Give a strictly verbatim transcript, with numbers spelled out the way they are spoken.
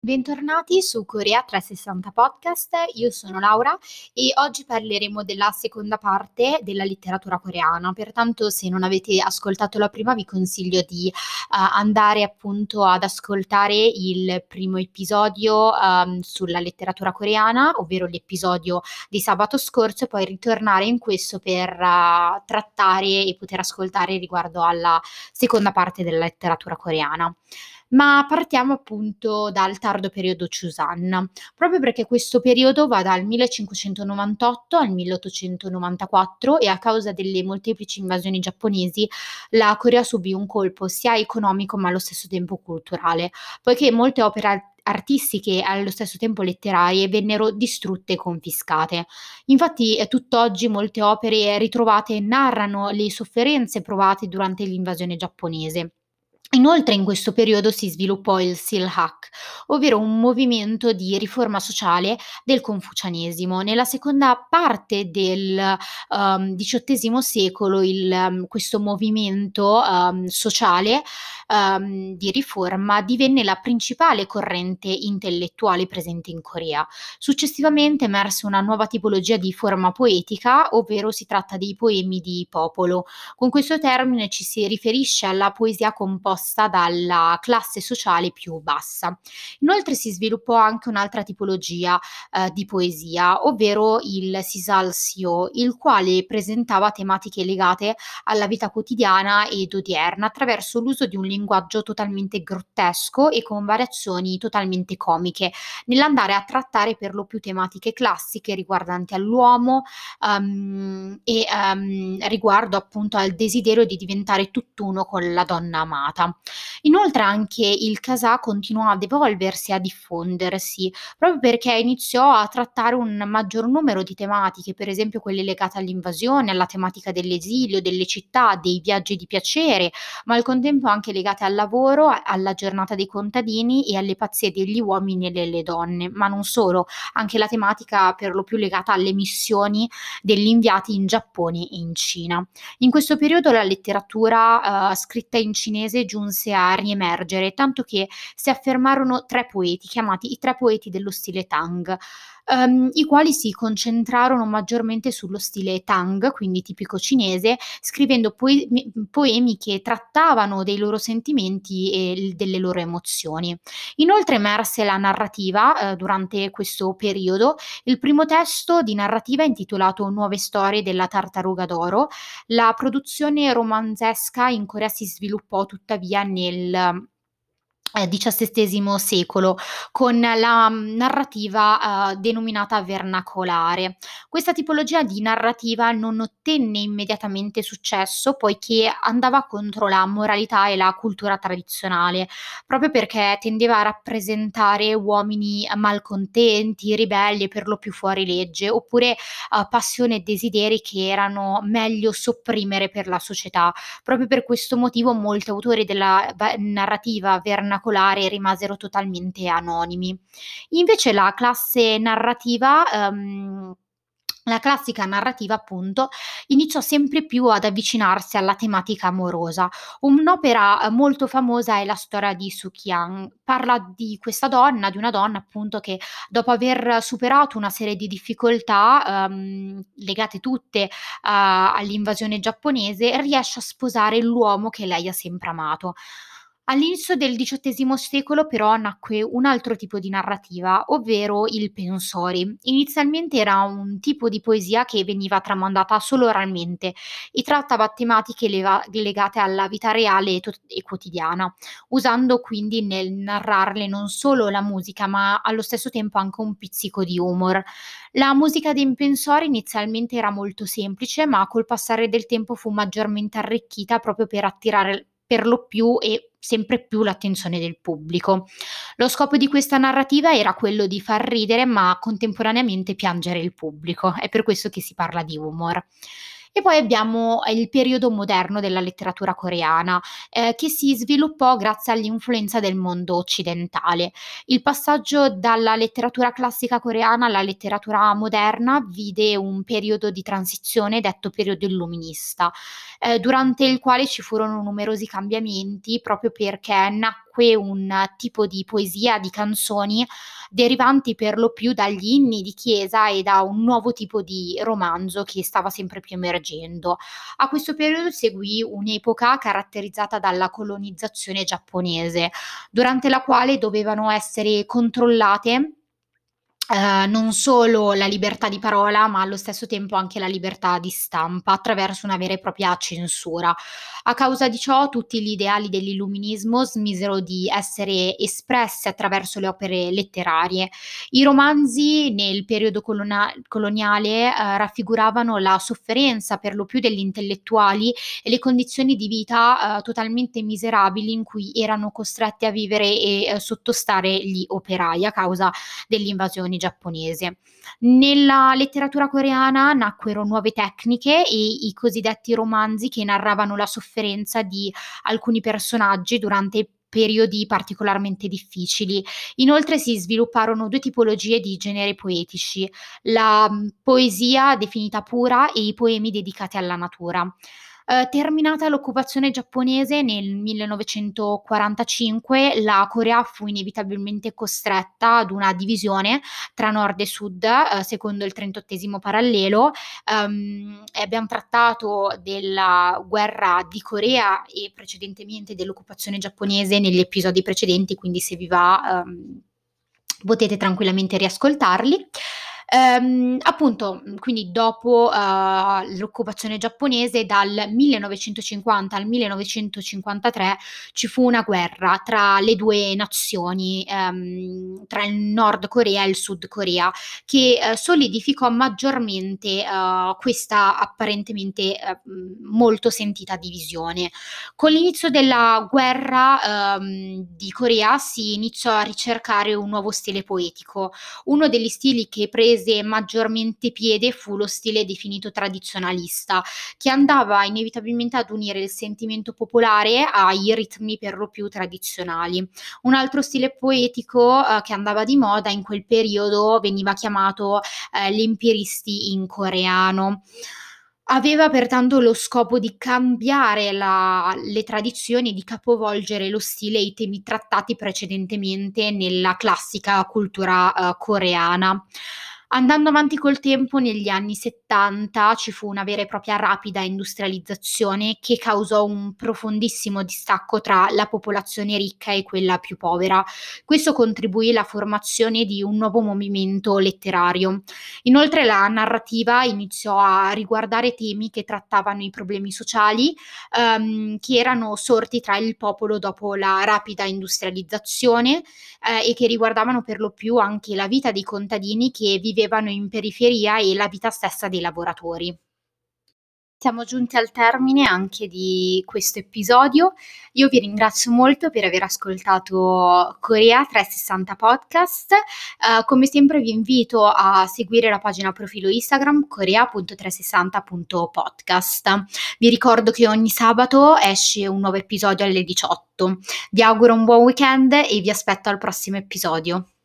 Bentornati su Korea trecentosessanta Podcast, io sono Laura e oggi parleremo della seconda parte della letteratura coreana. Pertanto, se non avete ascoltato la prima, vi consiglio di uh, andare appunto ad ascoltare il primo episodio um, sulla letteratura coreana, ovvero l'episodio di sabato scorso, e poi ritornare in questo per uh, trattare e poter ascoltare riguardo alla seconda parte della letteratura coreana. Ma partiamo appunto dal tardo periodo Chusan, proprio perché questo periodo va dal millecinquecentonovantotto al milleottocentonovantaquattro e a causa delle molteplici invasioni giapponesi la Corea subì un colpo sia economico ma allo stesso tempo culturale, poiché molte opere ar- artistiche e allo stesso tempo letterarie vennero distrutte e confiscate. Infatti, eh, tutt'oggi molte opere ritrovate narrano le sofferenze provate durante l'invasione giapponese. Inoltre in questo periodo si sviluppò il Silhak, ovvero un movimento di riforma sociale del confucianesimo. Nella seconda parte del um, diciottesimo secolo il, um, questo movimento um, sociale um, di riforma divenne la principale corrente intellettuale presente in Corea. Successivamente emerse una nuova tipologia di forma poetica, ovvero si tratta dei poemi di popolo. Con questo termine ci si riferisce alla poesia composta dalla classe sociale più bassa. Inoltre si sviluppò anche un'altra tipologia eh, di poesia, ovvero il sisalsio, il quale presentava tematiche legate alla vita quotidiana ed odierna attraverso l'uso di un linguaggio totalmente grottesco e con variazioni totalmente comiche, nell'andare a trattare per lo più tematiche classiche riguardanti all'uomo, um, e um, riguardo appunto al desiderio di diventare tutt'uno con la donna amata. Inoltre anche il Casà continuò ad evolversi e a diffondersi, proprio perché iniziò a trattare un maggior numero di tematiche, per esempio quelle legate all'invasione, alla tematica dell'esilio, delle città, dei viaggi di piacere, ma al contempo anche legate al lavoro, a- alla giornata dei contadini e alle pazzie degli uomini e delle donne, ma non solo, anche la tematica per lo più legata alle missioni degli inviati in Giappone e in Cina. In questo periodo la letteratura eh, scritta in cinese giunse a riemergere, tanto che si affermarono tre poeti, chiamati i tre poeti dello stile Tang, ehm, i quali si concentrarono maggiormente sullo stile Tang, quindi tipico cinese, scrivendo poe- poemi che trattavano dei loro sentimenti e delle loro emozioni. Inoltre emerse la narrativa eh, durante questo periodo. Il primo testo di narrativa intitolato Nuove storie della tartaruga d'oro. La produzione romanzesca in Corea si sviluppò tuttavia nel eh, diciassettesimo secolo con la mm, narrativa eh, denominata vernacolare. Questa tipologia di narrativa non ottenne immediatamente successo poiché andava contro la moralità e la cultura tradizionale, proprio perché tendeva a rappresentare uomini malcontenti, ribelli e per lo più fuori legge, oppure eh, passioni e desideri che erano meglio sopprimere per la società. Proprio per questo motivo molti autori della va- narrativa vernacolare rimasero totalmente anonimi. Invece la classe narrativa, ehm, la classica narrativa appunto, iniziò sempre più ad avvicinarsi alla tematica amorosa. Un'opera eh, molto famosa è la storia di Sukian. Parla di questa donna, di una donna appunto che dopo aver superato una serie di difficoltà ehm, legate tutte a all'invasione giapponese, riesce a sposare l'uomo che lei ha sempre amato. All'inizio del diciottesimo secolo però nacque un altro tipo di narrativa, ovvero il pensori. Inizialmente era un tipo di poesia che veniva tramandata solo oralmente e trattava tematiche leva- legate alla vita reale e, to- e quotidiana, usando quindi nel narrarle non solo la musica, ma allo stesso tempo anche un pizzico di humor. La musica dei Impensori inizialmente era molto semplice, ma col passare del tempo fu maggiormente arricchita proprio per attirare per lo più e sempre più l'attenzione del pubblico. Lo scopo di questa narrativa era quello di far ridere, ma contemporaneamente piangere il pubblico. È per questo che si parla di humor. E poi abbiamo eh, il periodo moderno della letteratura coreana, eh, che si sviluppò grazie all'influenza del mondo occidentale. Il passaggio dalla letteratura classica coreana alla letteratura moderna vide un periodo di transizione detto periodo illuminista, eh, durante il quale ci furono numerosi cambiamenti proprio perché nacque comunque un tipo di poesia, di canzoni derivanti per lo più dagli inni di chiesa e da un nuovo tipo di romanzo che stava sempre più emergendo. A questo periodo seguì un'epoca caratterizzata dalla colonizzazione giapponese, durante la quale dovevano essere controllate Ehm, non solo la libertà di parola, ma allo stesso tempo anche la libertà di stampa, attraverso una vera e propria censura. A causa di ciò, tutti gli ideali dell'illuminismo smisero di essere espressi attraverso le opere letterarie. I romanzi nel periodo colona coloniale, ehm, raffiguravano la sofferenza per lo più degli intellettuali e le condizioni di vita, ehm, totalmente miserabili in cui erano costretti a vivere e, ehm, sottostare gli operai a causa dell'invasione giapponese. Nella letteratura coreana nacquero nuove tecniche e i cosiddetti romanzi che narravano la sofferenza di alcuni personaggi durante periodi particolarmente difficili. Inoltre si svilupparono due tipologie di generi poetici: la, mhmm, poesia definita pura e i poemi dedicati alla natura. Uhm, terminata l'occupazione giapponese nel millenovecentoquarantacinque, la Corea fu inevitabilmente costretta ad una divisione tra nord e sud, uhm, secondo il trentottesimo parallelo. Uhm, e abbiam trattato della guerra di Corea e precedentemente dell'occupazione giapponese negli episodi precedenti, quindi se vi va, uhm, potete tranquillamente riascoltarli. Ehm, appunto, mhmm, quindi dopo, uhm, l'occupazione giapponese dal millenovecentocinquanta al millenovecentocinquantatré ci fu una guerra tra le due nazioni, ehm, tra il Nord Corea e il Sud Corea, che, ehm, solidificò maggiormente, uhm, questa apparentemente, ehm, molto sentita divisione. Con l'inizio della guerra, uhm, di Corea si iniziò a ricercare un nuovo stile poetico. Uno degli stili che prese maggiormente piede fu lo stile definito tradizionalista, che andava inevitabilmente ad unire il sentimento popolare ai ritmi per lo più tradizionali. Un altro stile poetico, uhm, che andava di moda in quel periodo veniva chiamato, ehm, l'empiristi in coreano. Aveva pertanto lo scopo di cambiare la le tradizioni, di capovolgere lo stile e i temi trattati precedentemente nella classica cultura, uhm, coreana. Andando avanti col tempo, negli anni 'settanta ci fu una vera e propria rapida industrializzazione che causò un profondissimo distacco tra la popolazione ricca e quella più povera. Questo contribuì alla formazione di un nuovo movimento letterario. Inoltre la narrativa iniziò a riguardare temi che trattavano i problemi sociali, ehm, che erano sorti tra il popolo dopo la rapida industrializzazione, ehm, e che riguardavano per lo più anche la vita dei contadini che vivevano in periferia e la vita stessa dei lavoratori. Siamo giunti al termine anche di questo episodio. Io vi ringrazio molto per aver ascoltato Corea trecentosessanta Podcast. Ehm, come sempre vi invito a seguire la pagina profilo Instagram corea punto trecentosessanta punto podcast. Vi ricordo che ogni sabato esce un nuovo episodio alle diciotto. Vi auguro un buon weekend e vi aspetto al prossimo episodio.